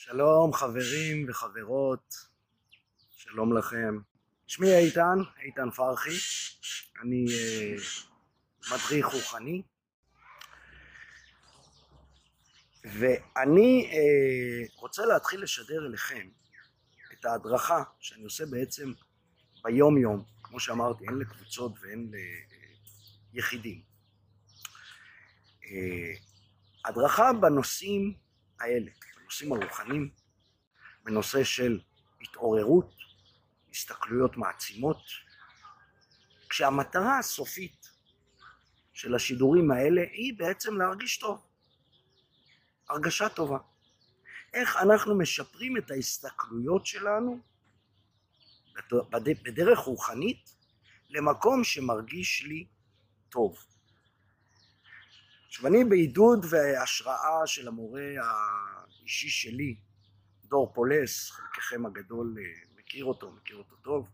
שלום חברים וחברות, שלום לכם. שמי איתן פרחי, אני מדריך רוחני, ואני רוצה להתחיל לשדר אליכם את ההדרכה שאני עושה בעצם ביום יום, כמו שאמרתי, הן לקבוצות והן ליחידים. הדרכה בנושאים האלה, בנושאים הרוחניים, בנושא של התעוררות, הסתכלויות מעצימות, כשהמטרה הסופית של השידורים האלה היא בעצם להרגיש טוב, הרגשה טובה. איך אנחנו משפרים את ההסתכלויות שלנו בדרך רוחנית למקום שמרגיש לי טוב. עכשיו אני בעידוד והשראה של המורה האישי שלי, דור פולס, חלקכם הגדול מכיר אותו טוב,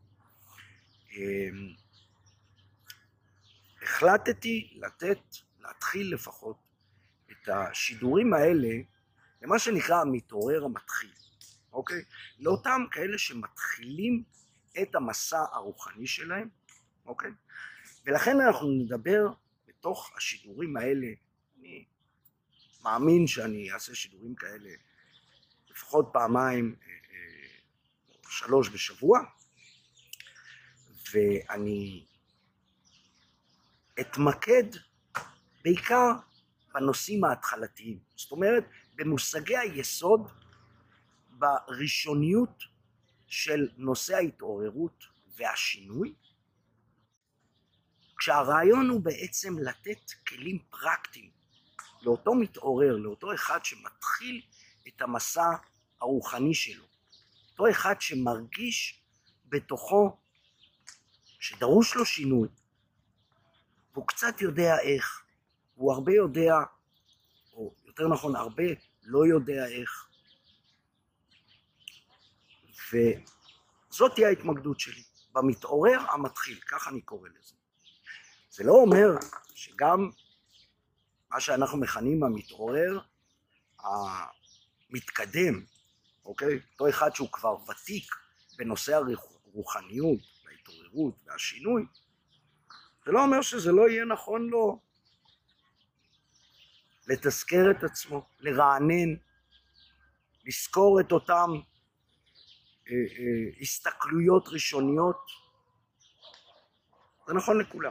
החלטתי להתחיל לפחות את השידורים האלה למה שנקרא המתעורר המתחיל, אוקיי? לאותם כאלה שמתחילים את המסע הרוחני שלהם, אוקיי? ולכן אנחנו נדבר בתוך השידורים האלה, אני מאמין שאני אעשה שידורים כאלה לפחות פעמיים, 3 בשבוע, ואני אתמקד בעיקר בנושאים ההתחלתיים, זאת אומרת במושגי היסוד, בראשוניות של נושא ההתעוררות והשינוי, כשהרעיון הוא בעצם לתת כלים פרקטיים לאותו מתעורר, לאותו אחד שמתחיל את המסע הרוחני שלו, אותו אחד שמרגיש בתוכו שדרוש לו שינוי, והוא קצת יודע איך, הוא הרבה יודע, או יותר נכון הרבה לא יודע איך, וזאת תהיה ההתמקדות שלי, במתעורר המתחיל, כך אני קורא לזה. זה לא אומר שגם מה שאנחנו מכנים המתעורר המתקדם, אוקיי? אותו אחד שהוא כבר ותיק בנושא הרוחניות, ההתעוררות והשינוי, זה לא אומר שזה לא יהיה נכון לו לתזכר את עצמו, לרענן, לזכור את אותם הסתכלויות ראשוניות. זה נכון לכולם.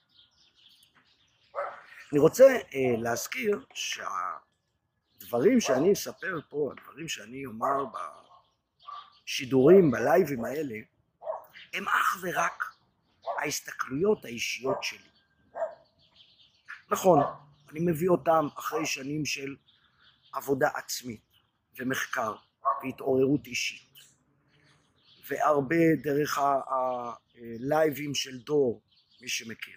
אני רוצה להזכיר שהדברים שאני אספר פה, הדברים שאני אומר בשידורים, בלייבים האלה, הם אך ורק ההסתכלויות האישיות שלי. נכון, אני מביא אותם אחרי שנים של עבודה עצמית ומחקר והתעוררות אישית, והרבה דרך הלייבים של דור, מי שמכיר.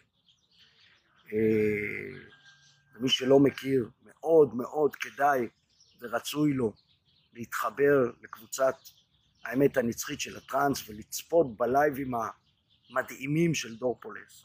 ומי שלא מכיר, מאוד מאוד כדאי ורצוי לו להתחבר לקבוצת האמת הנצחית של הטרנס ולצפות בלייבים המדהימים של דור פולס.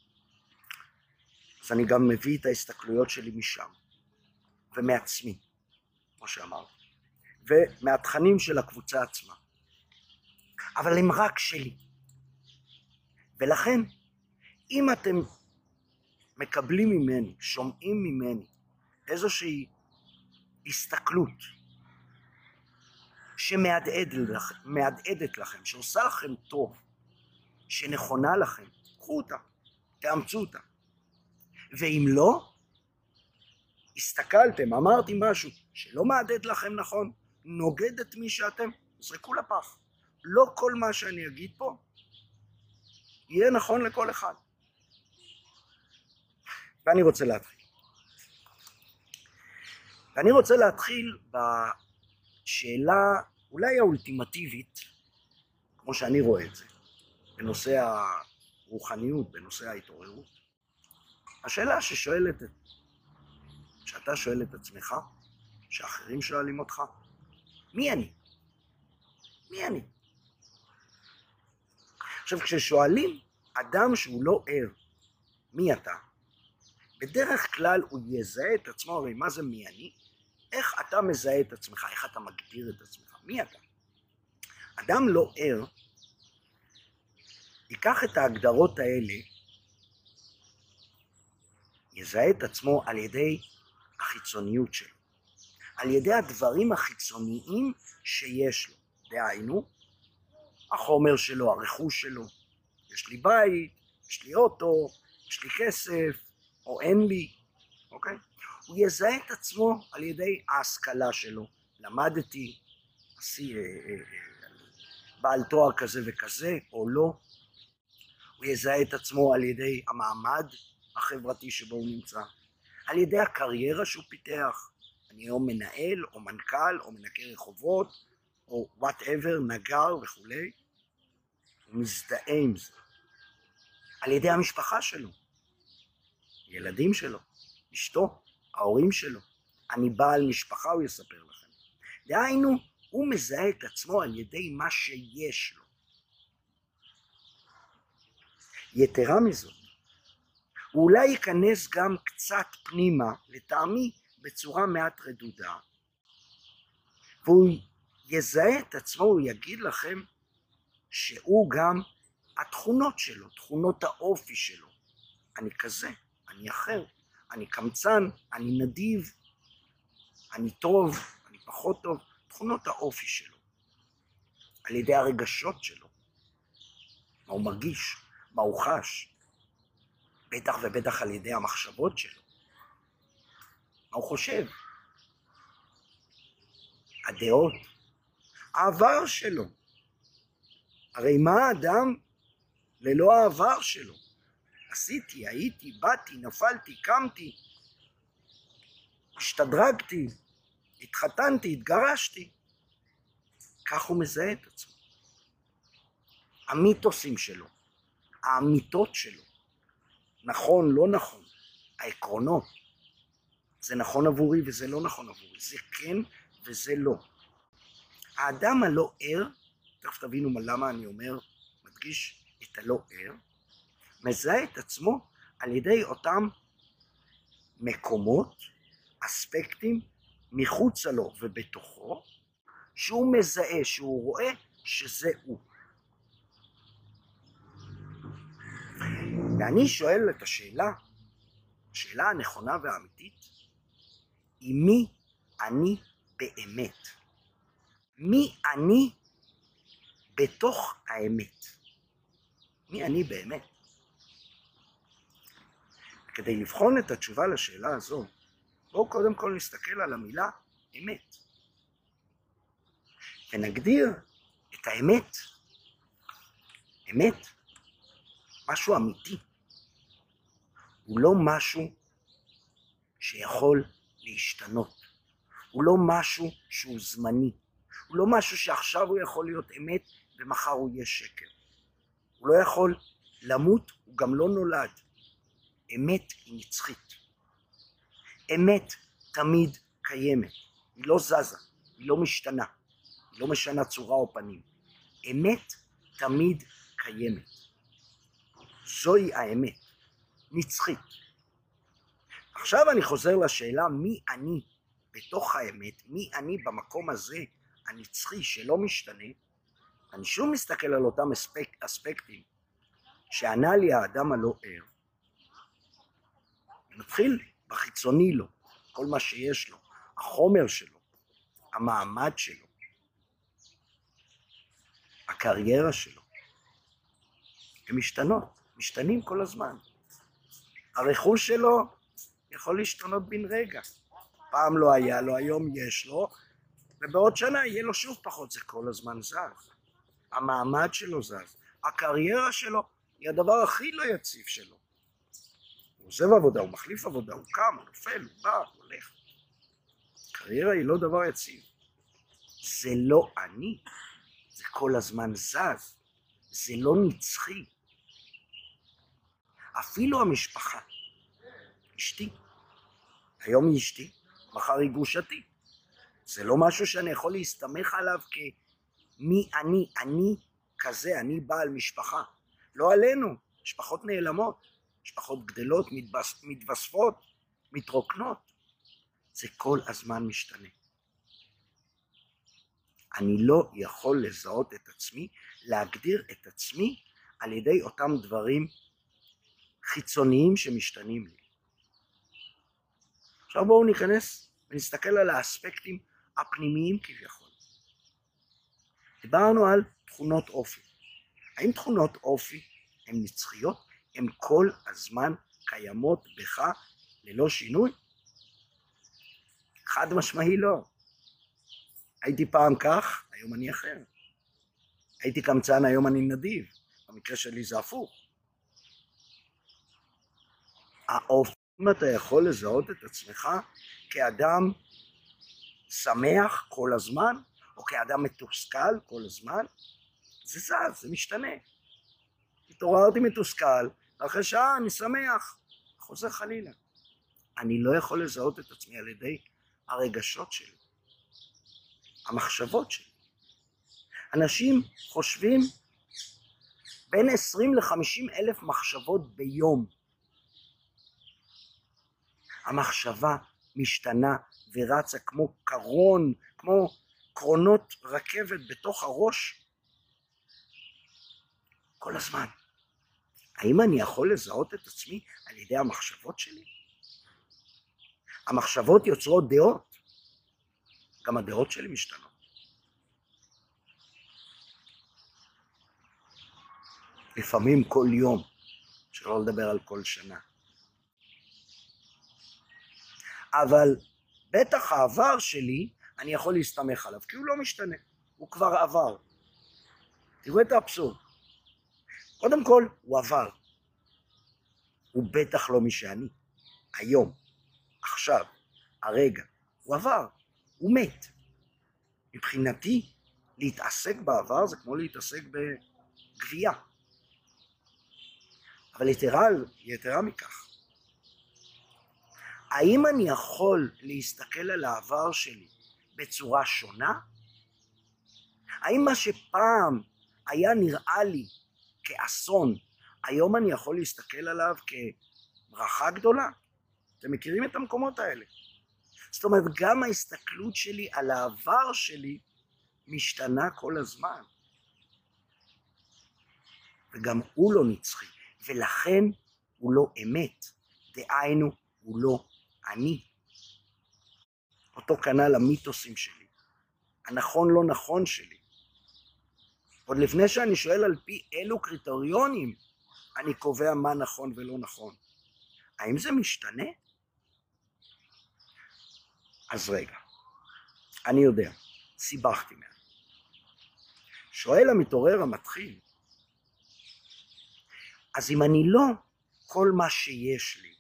אז אני גם מביא את ההסתכלויות שלי משם ומעצמי, כמו שאמרתי, ומהתכנים של הקבוצה עצמה, אבל הם רק שלי. ולכן אם אתם מקבלים ממני, שומעים ממני איזושהי הסתכלות שמהדהדת לכם, שעושה לכם טוב, שנכונה לכם, קחו אותה, תאמצו אותה. ואם לא, הסתכלתם, אמרתי משהו שלא מהדהד לכם נכון, נוגד את מי שאתם, זרקו לפח. לא כל מה שאני אגיד פה יהיה נכון לכל אחד. ואני רוצה להתחיל בשאלה אולי האולטימטיבית, כמו שאני רואה את זה, בנושא הרוחניות, בנושא ההתעוררות. השאלה שאתה שואל את עצמך, שאחרים שואלים אותך, מי אני? מי אני? עכשיו, כששואלים אדם שהוא לא ער, מי אתה? בדרך כלל הוא יזהה את עצמו, הרי מה זה מי אני? איך אתה מזהה את עצמך, איך אתה מגדיר את עצמך, מי אתה? אדם לא ער, ייקח את ההגדרות האלה, יזהה את עצמו על ידי החיצוניות שלו, על ידי הדברים החיצוניים שיש לו, דהיינו, החומר שלו, הרכוש שלו, יש לי בית, יש לי אוטו, יש לי כסף, או אין לי, אוקיי? הוא יזהה את עצמו על ידי ההשכלה שלו, למדתי, בעל תואר כזה וכזה, או לא, הוא יזהה את עצמו על ידי המעמד החברתי שבו הוא נמצא, על ידי הקריירה שהוא פיתח, אני היום מנהל, או מנכ"ל, או מנקה רחובות, או whatever, נגר וכולי, הוא מזדהה עם זה. על ידי המשפחה שלו, ילדים שלו, אשתו, ההורים שלו, אני בעל משפחה, הוא יספר לכם. דהיינו, הוא מזהה את עצמו על ידי מה שיש לו. יתרה מזאת, הוא אולי ייכנס גם קצת פנימה, לטעמי בצורה מעט רדודה, והוא יזהה את עצמו, הוא יגיד לכם שהוא גם התכונות שלו, תכונות האופי שלו. אני כזה, אני אחר, אני קמצן, אני נדיב, אני טוב, אני פחות טוב, תכונות האופי שלו. על ידי הרגשות שלו, מה הוא מרגיש, מה הוא חש, בטח ובטח על ידי המחשבות שלו, מה הוא חושב, הדעות, העבר שלו. הרי מה האדם ללא העבר שלו? עשיתי, הייתי, באתי, נפלתי, קמתי, השתדרגתי, התחתנתי, התגרשתי. כך הוא מזהה את עצמו. המיתוסים שלו, האמיתות שלו, נכון, לא נכון, העקרונות, זה נכון עבורי וזה לא נכון עבורי, זה כן וזה לא. האדם הלא ער, תכף תבינו למה אני אומר, מדגיש את הלא ער, מזהה את עצמו על ידי אותם מקומות, אספקטים, מחוצה לו ובתוכו, שהוא מזהה, שהוא רואה שזה הוא. ואני שואל את השאלה הנכונה והאמיתית, היא מי אני באמת? מי אני בתוך האמת? מי אני באמת? כדי לבחון את התשובה לשאלה הזו, בואו קודם כל נסתכל על המילה אמת. ונגדיר את האמת. אמת, משהו אמיתי. הוא לא משהו שיכול להשתנות. הוא לא משהו שהוא זמני. הוא לא משהו שעכשיו הוא יכול להיות אמת ומחר הוא יהיה שקר. הוא לא יכול למות, הוא גם לא נולד. אמת היא נצחית. אמת תמיד קיימת. היא לא זזה, היא לא משתנה. היא לא משנה צורה או פנים. אמת תמיד קיימת. זוהי האמת. נצחית. עכשיו אני חוזר לשאלה מי אני בתוך האמת, מי אני במקום הזה הנצחי שלא משתנה. אני שוב מסתכל על אותם אספקטים שענה לי האדם הלא ער. נתחיל בחיצוני לו, כל מה שיש לו, החומר שלו, המעמד שלו, הקריירה שלו. הם משתנים כל הזמן. הרכוש שלו יכול להשתנות בן רגע. פעם לא היה לו, היום יש לו, ובעוד שנה יהיה לו שוב פחות, זה כל הזמן זז. המעמד שלו זז. הקריירה שלו היא הדבר הכי לא יציב שלו. הוא עוזב עבודה, הוא מחליף עבודה, הוא קם, הוא נופל, הוא בא, הוא הולך. קריירה היא לא דבר יציב. זה לא אני, זה כל הזמן זז. זה לא נצחי. אפילו המשפחה. אשתי. היום היא אשתי, מחר היא גרושתי. זה לא משהו שאני יכול להסתמך עליו כמי אני כזה, אני בעל משפחה. לא עלינו, משפחות נעלמות, משפחות גדלות, מתווספות, מתרוקנות. זה כל הזמן משתנה. אני לא יכול לזהות את עצמי, להגדיר את עצמי על ידי אותם דברים חיצוניים שמשתנים לי. עכשיו בואו ניכנס ונסתכל על האספקטים הפנימיים כביכול. דיברנו על תכונות אופי. האם תכונות אופי הן נצחיות? הן כל הזמן קיימות בך ללא שינוי? חד משמעי לא. הייתי פעם כך, היום אני אחר. הייתי קמצן, היום אני נדיב. במקרה שלי זה הפוך. האופי, אם אתה יכול לזהות את עצמך כאדם שמח כל הזמן, או כאדם מתוסכל כל הזמן, זה זז, זה משתנה. התעוררתי מתוסכל, אחרי שעה אני שמח, חוזר חלילה. אני לא יכול לזהות את עצמי על ידי הרגשות שלי, המחשבות שלי. אנשים חושבים בין 20 ל-50 אלף מחשבות ביום. המחשבה משתנה ורצה כמו קרון, כמו קרונות רכבת בתוך הראש, כל הזמן. האם אני יכול לזהות את עצמי על ידי המחשבות שלי? המחשבות יוצרות דעות, גם הדעות שלי משתנות. לפעמים כל יום, שלא לדבר על כל שנה. אבל בטח העבר שלי, אני יכול להסתמך עליו, כי הוא לא משתנה, הוא כבר עבר. תראו את האבסורד. קודם כל, הוא עבר. הוא בטח לא מי שאני. היום, עכשיו, הרגע, הוא עבר, הוא מת. מבחינתי, להתעסק בעבר זה כמו להתעסק בגבייה. אבל יתרה מכך, האם אני יכול להסתכל על העבר שלי בצורה שונה? האם מה שפעם היה נראה לי כאסון, היום אני יכול להסתכל עליו כברכה גדולה? אתם מכירים את המקומות האלה? זאת אומרת, גם ההסתכלות שלי על העבר שלי משתנה כל הזמן. וגם הוא לא נצחי, ולכן הוא לא אמת. דהיינו, הוא לא אני. אותו כנ"ל המיתוסים שלי, הנכון לא נכון שלי. עוד לפני שאני שואל על פי אילו קריטריונים אני קובע מה נכון ולא נכון. האם זה משתנה? אז רגע, אני יודע, סיבכתי מעט. שואל המתעורר המתחיל, אז אם אני לא כל מה שיש לי,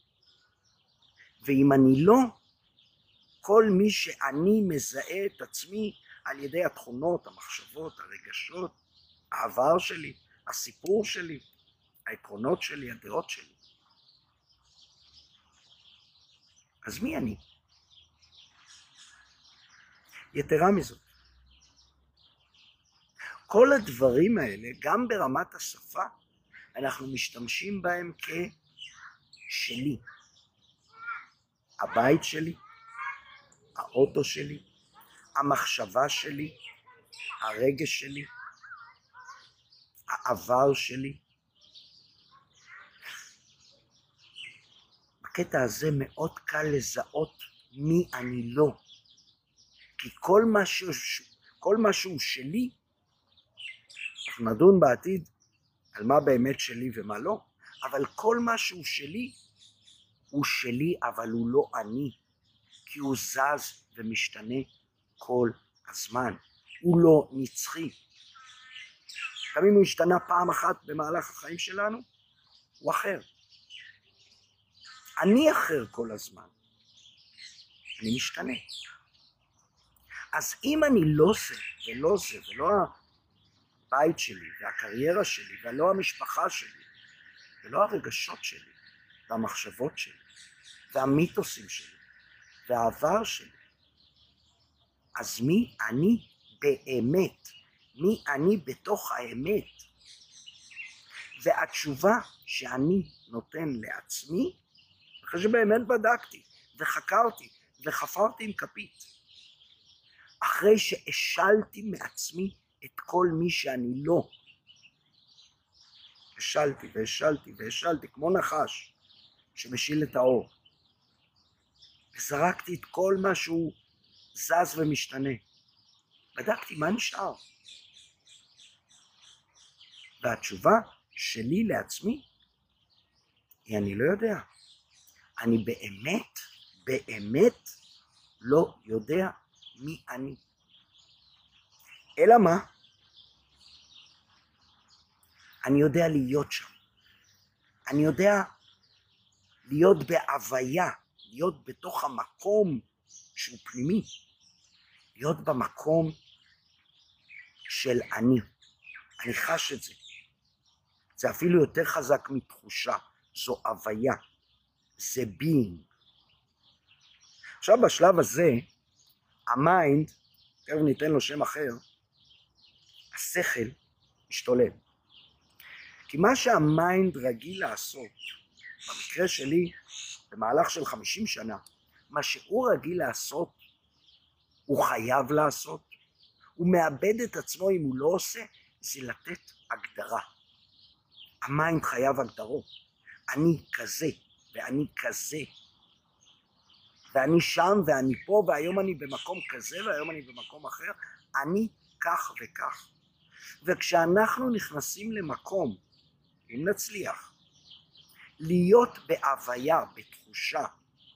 ואם אני לא כל מי שאני מזהה את עצמי על ידי התכונות, המחשבות, הרגשות, העבר שלי, הסיפור שלי, העקרונות שלי, הדעות שלי, אז מי אני? יתרה מזאת, כל הדברים האלה, גם ברמת השפה, אנחנו משתמשים בהם כשלי. הבית שלי, האוטו שלי, המחשבה שלי, הרגש שלי, העבר שלי. בקטע הזה מאוד קל לזהות מי אני לא. כי כל משהו שלי, אנחנו נדון בעתיד על מה באמת שלי ומה לא, אבל כל משהו שלי הוא שלי, אבל הוא לא אני, כי הוא זז ומשתנה כל הזמן. הוא לא נצחי. גם אם הוא השתנה פעם אחת במהלך החיים שלנו, הוא אחר. אני אחר כל הזמן. אני משתנה. אז אם אני לא זה ולא זה, ולא הבית שלי והקריירה שלי ולא המשפחה שלי ולא הרגשות שלי והמחשבות שלי והמיתוסים שלי והעבר שלי, אז מי אני באמת? מי אני בתוך האמת? והתשובה שאני נותן לעצמי, אחרי שבאמת בדקתי וחקרתי וחפרתי עם כפית. אחרי שהשלתי מעצמי את כל מי שאני לא. השלתי והשלתי והשלתי כמו נחש שמשיל את האור. וזרקתי את כל מה שהוא זז ומשתנה. בדקתי מה נשאר. והתשובה שלי לעצמי היא אני לא יודע. אני באמת לא יודע מי אני. אלא מה? אני יודע להיות שם. אני יודע להיות בהוויה, להיות בתוך המקום שהוא פנימי. להיות במקום של אני. אני חש את זה. זה אפילו יותר חזק מתחושה. זו הוויה. זה being. עכשיו בשלב הזה, המיינד, תכף ניתן לו שם אחר, השכל משתולל. כי מה שהמיינד רגיל לעשות, במקרה שלי, במהלך של 50 שנה, מה שהוא רגיל לעשות, הוא חייב לעשות, הוא מאבד את עצמו אם הוא לא עושה, זה לתת הגדרה. המיינד חייב הגדרות. אני כזה, ואני כזה, ואני שם, ואני פה, והיום אני במקום כזה, והיום אני במקום אחר, אני כך וכך. וכשאנחנו נכנסים למקום, אם נצליח, להיות בהוויה, בתחושה,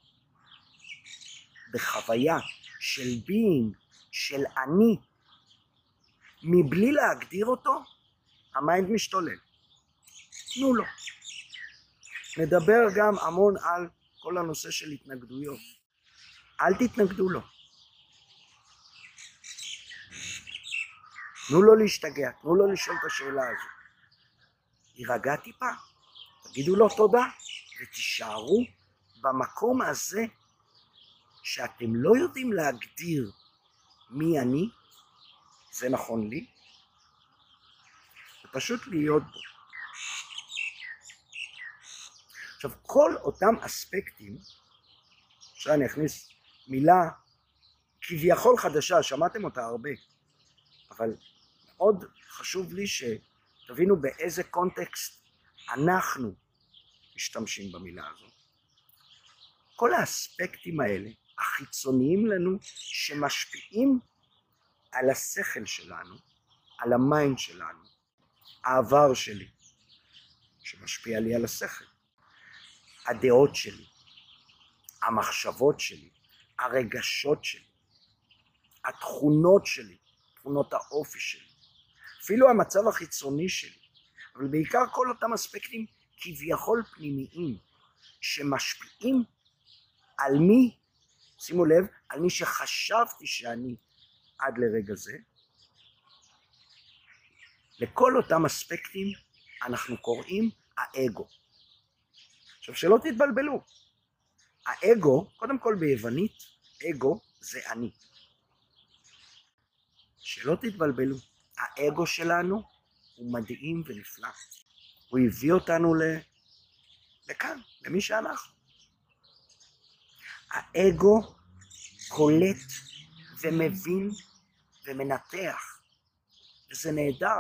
בחוויה של being, של אני, מבלי להגדיר אותו, המיינד משתולל. תנו לו. נדבר גם המון על כל הנושא של התנגדויות. אל תתנגדו לו. תנו לו להשתגע, תנו לו לשאול את השאלה הזו. יירגע טיפה, תגידו לו תודה, ותישארו במקום הזה שאתם לא יודעים להגדיר מי אני, זה נכון לי, ופשוט להיות בו. עכשיו, כל אותם אספקטים, עכשיו אני אכניס מילה כביכול חדשה, שמעתם אותה הרבה, אבל מאוד חשוב לי שתבינו באיזה קונטקסט אנחנו משתמשים במילה הזו. כל האספקטים האלה, החיצוניים לנו, שמשפיעים על השכל שלנו, על המיינד שלנו, העבר שלי, שמשפיע לי על השכל, הדעות שלי, המחשבות שלי, הרגשות שלי, התכונות שלי, תכונות האופי שלי, אפילו המצב החיצוני שלי, אבל בעיקר כל אותם אספקטים כביכול פנימיים, שמשפיעים על מי, שימו לב, על מי שחשבתי שאני עד לרגע זה, לכל אותם אספקטים אנחנו קוראים האגו. עכשיו שלא תתבלבלו, האגו, קודם כל ביוונית, אגו זה אני. שלא תתבלבלו, האגו שלנו הוא מדהים ונפלא. הוא הביא אותנו לכאן, למי שאנחנו. האגו קולט ומבין ומנתח, וזה נהדר.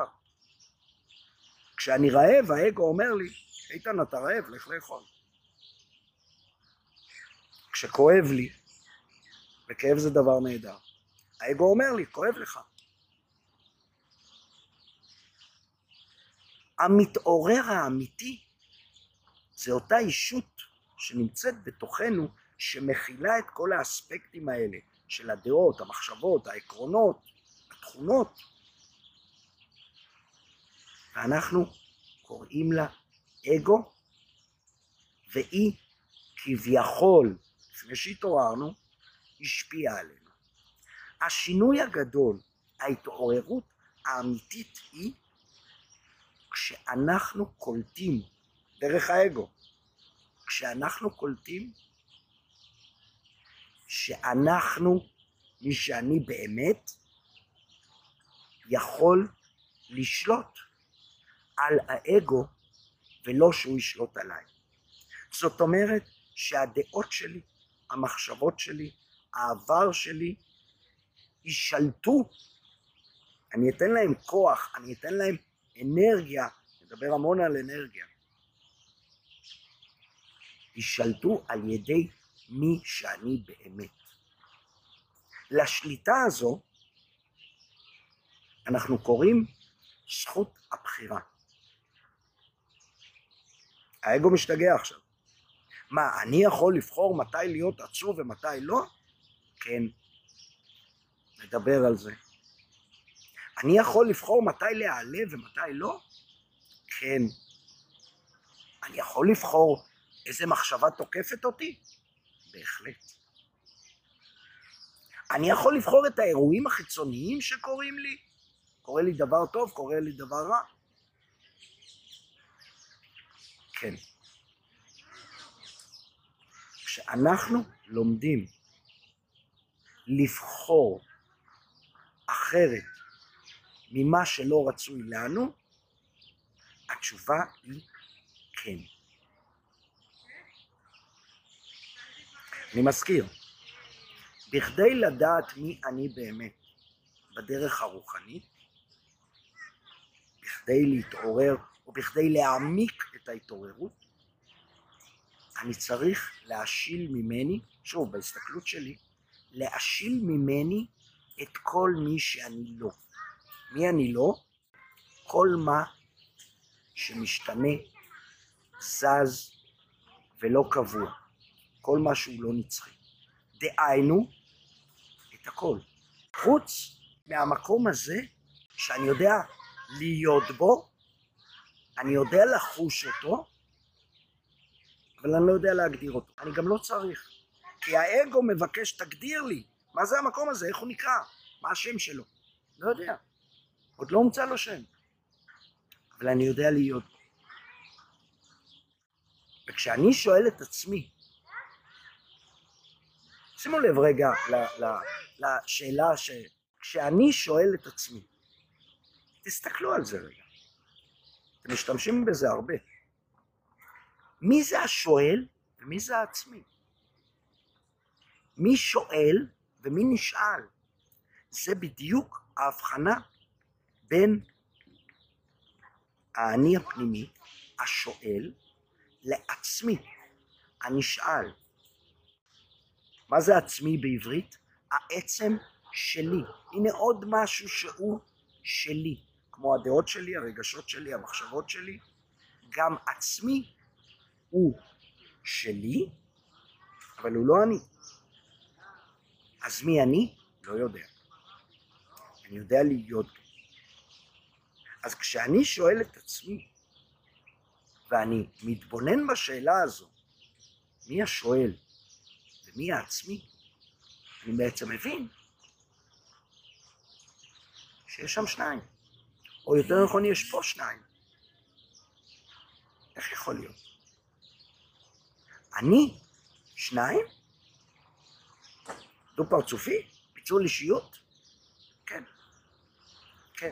כשאני רעב, האגו אומר לי, איתן, אתה רעב, לך לאכול. כשכואב לי, וכאב זה דבר נהדר, האגו אומר לי, כואב לך. המתעורר האמיתי זה אותה אישות שנמצאת בתוכנו, שמכילה את כל האספקטים האלה של הדעות, המחשבות, העקרונות, התכונות. ואנחנו קוראים לה אגו, והיא כביכול, לפני שהתעוררנו, השפיעה עלינו. השינוי הגדול, ההתעוררות האמיתית היא, כשאנחנו קולטים, דרך האגו, כשאנחנו קולטים, שאנחנו, מי שאני באמת, יכול לשלוט על האגו, ולא שהוא ישלוט עליי. זאת אומרת שהדעות שלי, המחשבות שלי, העבר שלי, יישלטו, אני אתן להם כוח, אני אתן להם אנרגיה, נדבר המון על אנרגיה, יישלטו על ידי מי שאני באמת. לשליטה הזו אנחנו קוראים זכות הבחירה. האגו משתגע עכשיו. מה, אני יכול לבחור מתי להיות עצוב ומתי לא? כן, נדבר על זה. אני יכול לבחור מתי להיעלב ומתי לא? כן. אני יכול לבחור איזה מחשבה תוקפת אותי? בהחלט. אני יכול לבחור את האירועים החיצוניים שקורים לי? קורה לי דבר טוב, קורה לי דבר רע? כן. כשאנחנו לומדים לבחור אחרת ממה שלא רצוי לנו, התשובה היא כן. אני מזכיר, בכדי לדעת מי אני באמת בדרך הרוחנית, בכדי להתעורר או בכדי להעמיק את ההתעוררות, אני צריך להשיל ממני, שוב בהסתכלות שלי, להשיל ממני את כל מי שאני לא. מי אני לא? כל מה שמשתנה, זז ולא קבוע. כל מה שהוא לא נצחי. דהיינו את הכל. חוץ מהמקום הזה שאני יודע להיות בו, אני יודע לחוש אותו, אבל אני לא יודע להגדיר אותו. אני גם לא צריך. כי האגו מבקש, תגדיר לי, מה זה המקום הזה, איך הוא נקרא, מה השם שלו. לא יודע. עוד לא הומצא לו שם. אבל אני יודע להיות בו. וכשאני שואל את עצמי, שימו לב רגע לשאלה כשאני שואל את עצמי, תסתכלו על זה רגע. אתם משתמשים בזה הרבה. מי זה השואל ומי זה העצמי? מי שואל ומי נשאל? זה בדיוק ההבחנה בין האני הפנימי, השואל, לעצמי, הנשאל. מה זה עצמי בעברית? העצם שלי. הנה עוד משהו שהוא שלי. כמו הדעות שלי, הרגשות שלי, המחשבות שלי. גם עצמי הוא שלי, אבל הוא לא אני. אז מי אני? לא יודע. אני יודע להיות. אז כשאני שואל את עצמי, ואני מתבונן בשאלה הזו, מי השואל ומי העצמי, אני בעצם מבין שיש שם שניים. או יותר נכון, יש פה שניים. איך יכול להיות? אני שניים? דו פרצופי? פיצול אישיות? כן. כן.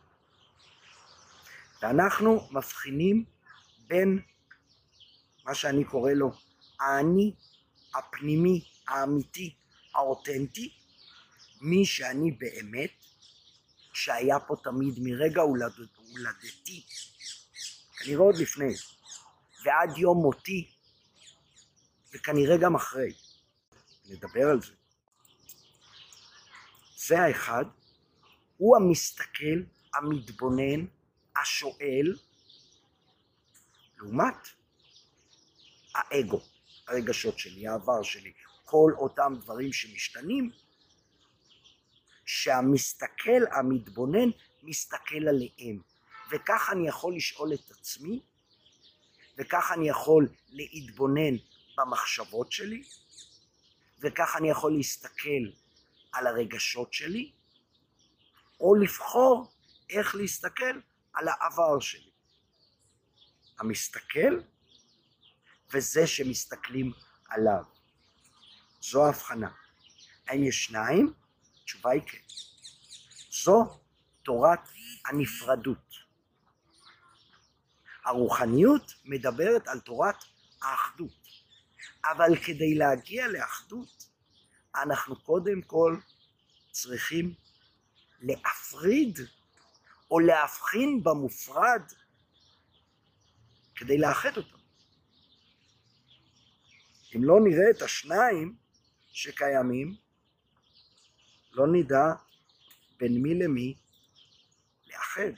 ואנחנו מבחינים בין מה שאני קורא לו האני הפנימי, האמיתי, האותנטי, מי שאני באמת, שהיה פה תמיד מרגע הולדתי, כנראה עוד לפני, ועד יום מותי, וכנראה גם אחרי. נדבר על זה. זה האחד, הוא המסתכל, המתבונן, השואל, לעומת האגו, הרגשות שלי, העבר שלי, כל אותם דברים שמשתנים, שהמסתכל, המתבונן, מסתכל עליהם. וכך אני יכול לשאול את עצמי, וכך אני יכול להתבונן במחשבות שלי, וכך אני יכול להסתכל על הרגשות שלי, או לבחור איך להסתכל על העבר שלי. המסתכל וזה שמסתכלים עליו. זו ההבחנה. האם יש שניים? התשובה היא כן. זו תורת הנפרדות. הרוחניות מדברת על תורת האחדות. אבל כדי להגיע לאחדות, אנחנו קודם כל צריכים להפריד או להבחין במופרד כדי לאחד אותם. אם לא נראה את השניים שקיימים, לא נדע בין מי למי לאחד.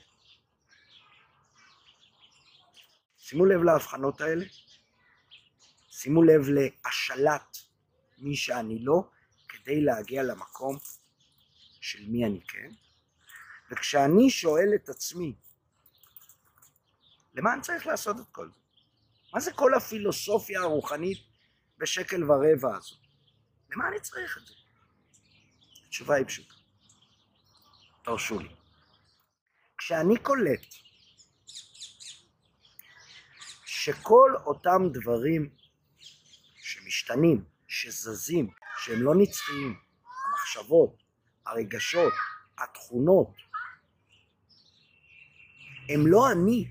שימו לב להבחנות האלה, שימו לב להשלת מי שאני לא, כדי להגיע למקום של מי אני כן. וכשאני שואל את עצמי, למה אני צריך לעשות את כל זה? מה זה כל הפילוסופיה הרוחנית בשקל ורבע הזו? למה אני צריך את זה? התשובה היא פשוטה. תרשו לי. כשאני קולט שכל אותם דברים שמשתנים, שזזים, שהם לא נצחיים, המחשבות, הרגשות, התכונות, הם לא אני.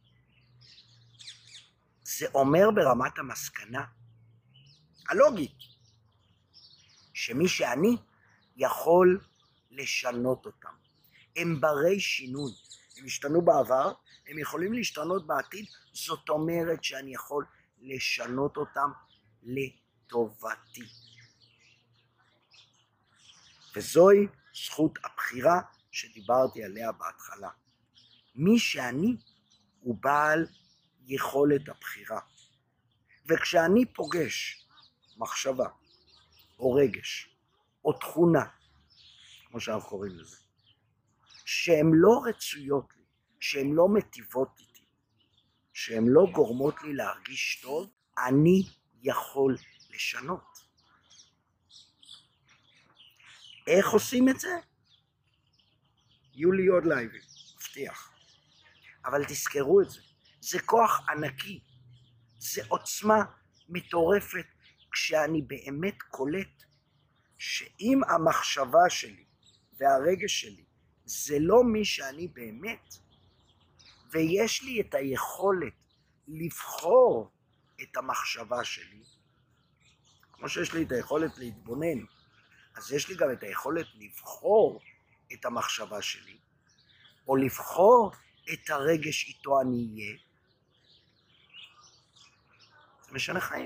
זה אומר ברמת המסקנה הלוגית, שמי שאני יכול לשנות אותם. הם ברי שינוי. הם השתנו בעבר, הם יכולים להשתנות בעתיד, זאת אומרת שאני יכול לשנות אותם לטובתי. וזוהי זכות הבחירה שדיברתי עליה בהתחלה. מי שאני הוא בעל יכולת הבחירה. וכשאני פוגש מחשבה, או רגש, או תכונה, כמו שאנחנו קוראים לזה, שהן לא רצויות לי, שהן לא מטיבות איתי, שהן לא גורמות לי להרגיש טוב, אני יכול לשנות. איך עושים את זה? יהיו לי עוד לייבים, מבטיח. אבל תזכרו את זה, זה כוח ענקי, זה עוצמה מטורפת, כשאני באמת קולט שאם המחשבה שלי והרגש שלי זה לא מי שאני באמת, ויש לי את היכולת לבחור את המחשבה שלי, כמו שיש לי את היכולת להתבונן, אז יש לי גם את היכולת לבחור את המחשבה שלי, או לבחור את הרגש איתו אני אהיה. זה משנה חיים.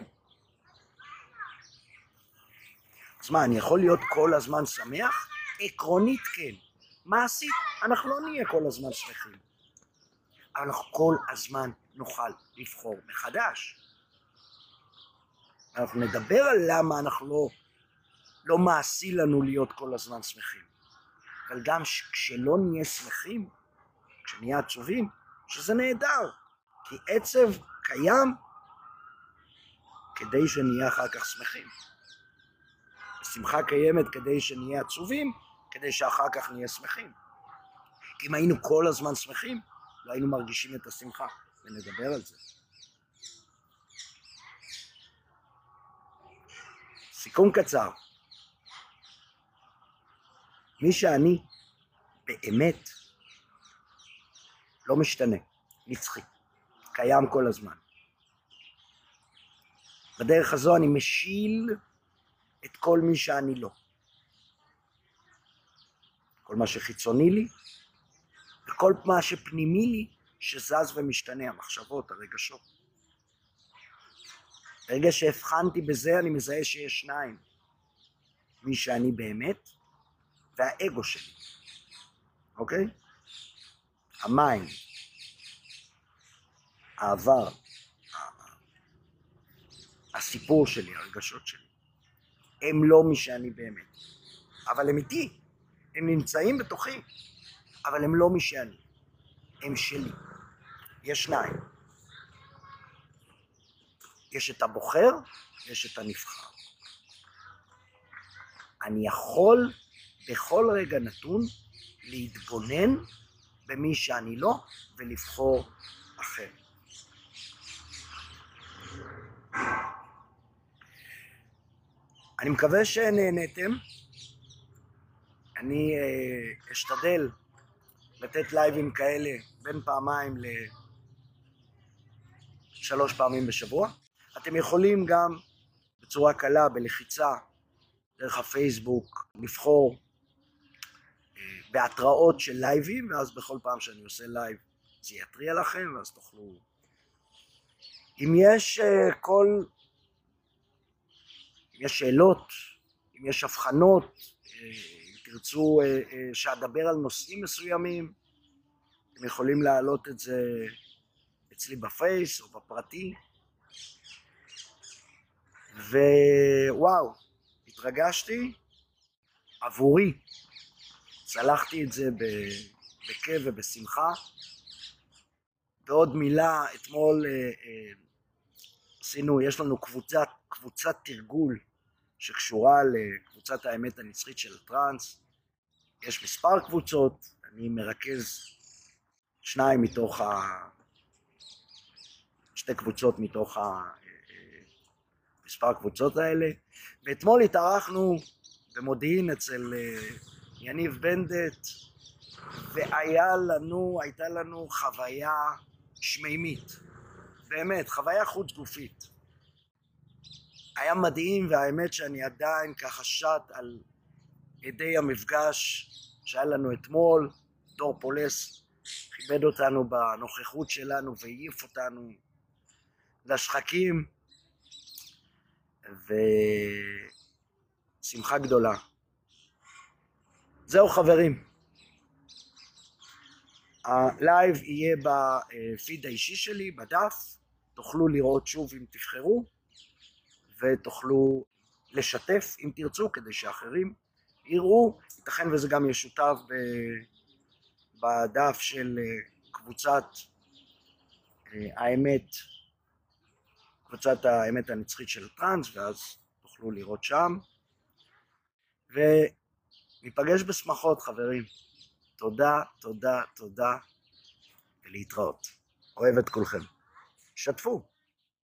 אז מה, אני יכול להיות כל הזמן שמח? עקרונית כן. מעשית, אנחנו לא נהיה כל הזמן שמחים. אבל אנחנו כל הזמן נוכל לבחור מחדש. אנחנו נדבר על למה אנחנו לא מעשי לנו להיות כל הזמן שמחים. אבל גם כשלא נהיה שמחים, כשנהיה עצובים, שזה נהדר. כי עצב קיים כדי שנהיה אחר כך שמחים. שמחה קיימת כדי שנהיה עצובים, כדי שאחר כך נהיה שמחים. כי אם היינו כל הזמן שמחים, לא היינו מרגישים את השמחה, ונדבר על זה. סיכום קצר. מי שאני באמת לא משתנה, נצחי, קיים כל הזמן. בדרך הזו אני משיל את כל מי שאני לא. כל מה שחיצוני לי, וכל מה שפנימי לי, שזז ומשתנה, המחשבות, הרגשות. ברגע שהבחנתי בזה, אני מזהה שיש שניים. מי שאני באמת, והאגו שלי. אוקיי? המים, העבר, הסיפור שלי, הרגשות שלי. הם לא מי שאני באמת. אבל הם איתי. הם נמצאים בתוכי. אבל הם לא מי שאני. הם שלי. יש שניים. יש את הבוחר, יש את הנבחר. אני יכול בכל רגע נתון להתבונן במי שאני לא ולבחור אחר. אני מקווה שנהנתם. אני אשתדל לתת לייבים כאלה בין פעמיים ל3 פעמים בשבוע. אתם יכולים גם בצורה קלה, בלחיצה דרך הפייסבוק, לבחור בהתראות של לייבים, ואז בכל פעם שאני עושה לייב זה יתריע לכם, ואז תוכלו... אם יש שאלות, אם יש הבחנות, אם תרצו שאדבר על נושאים מסוימים, אתם יכולים להעלות את זה אצלי בפייס או בפרטי. ווואו, התרגשתי עבורי, צלחתי את זה בכיף ובשמחה. ועוד מילה, אתמול יש לנו קבוצת תרגול שקשורה לקבוצת האמת הנצחית של הטרנס. יש מספר קבוצות, אני מרכז שתי קבוצות מתוך מספר הקבוצות האלה. ואתמול התארחנו במודיעין אצל יניב בנדט, והייתה לנו חוויה שמימית, באמת, חוויה חוץ גופית. היה מדהים, והאמת שאני עדיין ככה שט על ידי המפגש שהיה לנו אתמול. דור פולס כיבד אותנו בנוכחות שלנו והעיף אותנו לשחקים, ושמחה גדולה. זהו חברים, הלייב יהיה בפיד האישי שלי, בדף, תוכלו לראות שוב אם תבחרו, ותוכלו לשתף אם תרצו כדי שאחרים יראו. ייתכן וזה גם ישותף בדף של קבוצת האמת הנצחית של טרנס, ואז תוכלו לראות שם. וניפגש בשמחות חברים. תודה, תודה, תודה, ולהתראות. אוהב את כולכם. שתפו.